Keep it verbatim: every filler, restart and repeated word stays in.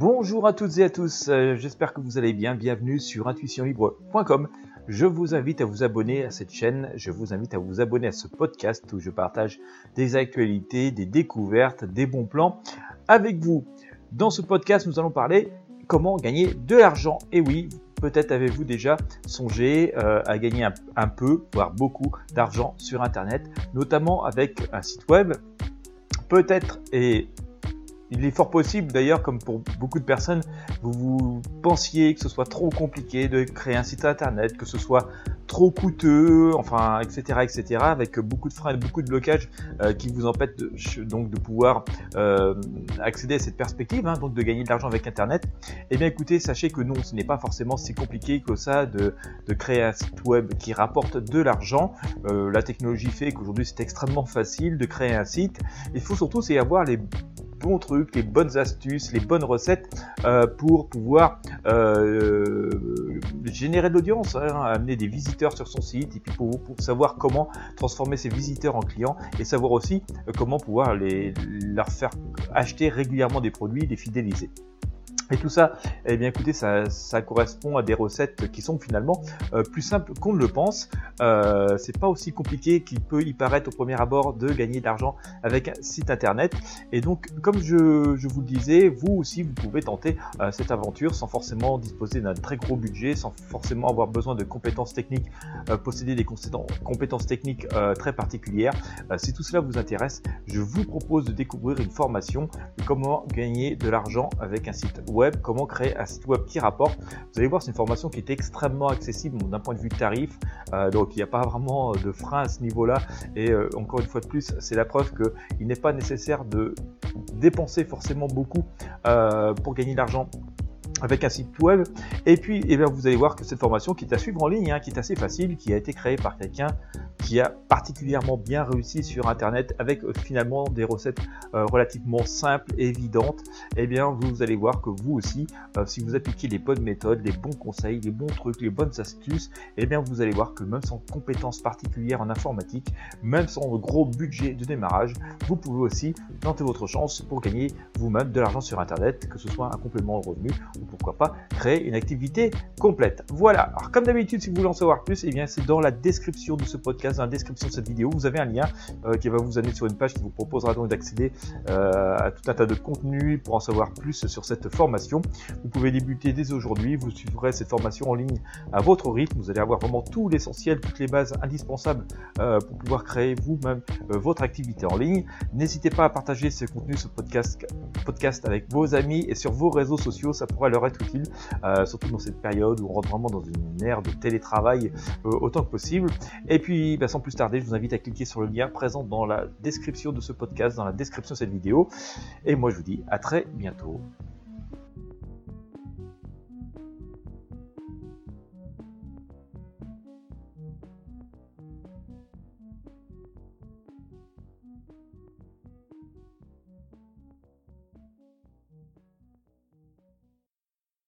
Bonjour à toutes et à tous, euh, j'espère que vous allez bien, bienvenue sur intuition libre point com. Je vous invite à vous abonner à cette chaîne, je vous invite à vous abonner à ce podcast où je partage des actualités, des découvertes, des bons plans avec vous. Dans ce podcast, nous allons parler comment gagner de l'argent. Et oui, peut-être avez-vous déjà songé euh, à gagner un, un peu, voire beaucoup d'argent sur Internet, notamment avec un site web. Peut-être, et il est fort possible d'ailleurs, comme pour beaucoup de personnes, vous, vous pensiez que ce soit trop compliqué de créer un site internet, que ce soit trop coûteux, enfin, et cetera, et cetera, avec beaucoup de freins et beaucoup de blocages euh, qui vous empêchent de, donc de pouvoir euh, accéder à cette perspective, hein, donc de gagner de l'argent avec Internet. Eh bien, écoutez, sachez que non, ce n'est pas forcément si compliqué que ça de, de créer un site web qui rapporte de l'argent. Euh, la technologie fait qu'aujourd'hui, c'est extrêmement facile de créer un site. Il faut surtout, c'est avoir les bons trucs, les bonnes astuces, les bonnes recettes euh, pour pouvoir euh, générer de l'audience, hein, amener des visiteurs sur son site et puis pour, pour savoir comment transformer ces visiteurs en clients et savoir aussi euh, comment pouvoir les, leur faire acheter régulièrement des produits, les fidéliser. Et tout ça, eh bien écoutez, ça, ça correspond à des recettes qui sont finalement euh, plus simples qu'on ne le pense. Euh, c'est pas aussi compliqué qu'il peut y paraître au premier abord de gagner de l'argent avec un site internet. Et donc, comme je, je vous le disais, vous aussi, vous pouvez tenter euh, cette aventure sans forcément disposer d'un très gros budget, sans forcément avoir besoin de compétences techniques, euh, posséder des compétences techniques euh, très particulières. Euh, si tout cela vous intéresse, je vous propose de découvrir une formation de comment gagner de l'argent avec un site web. Web, comment créer un site web qui rapporte. Vous allez voir, c'est une formation qui est extrêmement accessible d'un point de vue tarif, euh, donc il n'y a pas vraiment de frein à ce niveau-là. Et euh, encore une fois de plus, c'est la preuve qu'il n'est pas nécessaire de dépenser forcément beaucoup euh, pour gagner de l'argent avec un site web. Et puis, eh bien, vous allez voir que cette formation qui est à suivre en ligne, hein, qui est assez facile, qui a été créée par quelqu'un qui a particulièrement bien réussi sur Internet avec euh, finalement des recettes euh, relativement simples et évidentes, eh bien, vous allez voir que vous aussi, euh, si vous appliquez les bonnes méthodes, les bons conseils, les bons trucs, les bonnes astuces, eh bien, vous allez voir que même sans compétences particulières en informatique, même sans gros budget de démarrage, vous pouvez aussi tenter votre chance pour gagner vous-même de l'argent sur Internet, que ce soit un complément de revenu ou pourquoi pas créer une activité complète. Voilà. Alors, comme d'habitude, si vous voulez en savoir plus, eh bien, c'est dans la description de ce podcast, dans la description de cette vidéo, vous avez un lien euh, qui va vous amener sur une page qui vous proposera donc d'accéder euh, à tout un tas de contenus pour en savoir plus sur cette formation. Vous pouvez débuter dès aujourd'hui, vous suivrez cette formation en ligne à votre rythme, vous allez avoir vraiment tout l'essentiel, toutes les bases indispensables euh, pour pouvoir créer vous-même euh, votre activité en ligne. N'hésitez pas à partager ce contenu, ce podcast, podcast avec vos amis et sur vos réseaux sociaux, ça pourra leur être utile, euh, surtout dans cette période où on rentre vraiment dans une ère de télétravail euh, autant que possible. Et puis, bah, sans plus tarder, je vous invite à cliquer sur le lien présent dans la description de ce podcast, dans la description de cette vidéo. Et moi, je vous dis à très bientôt.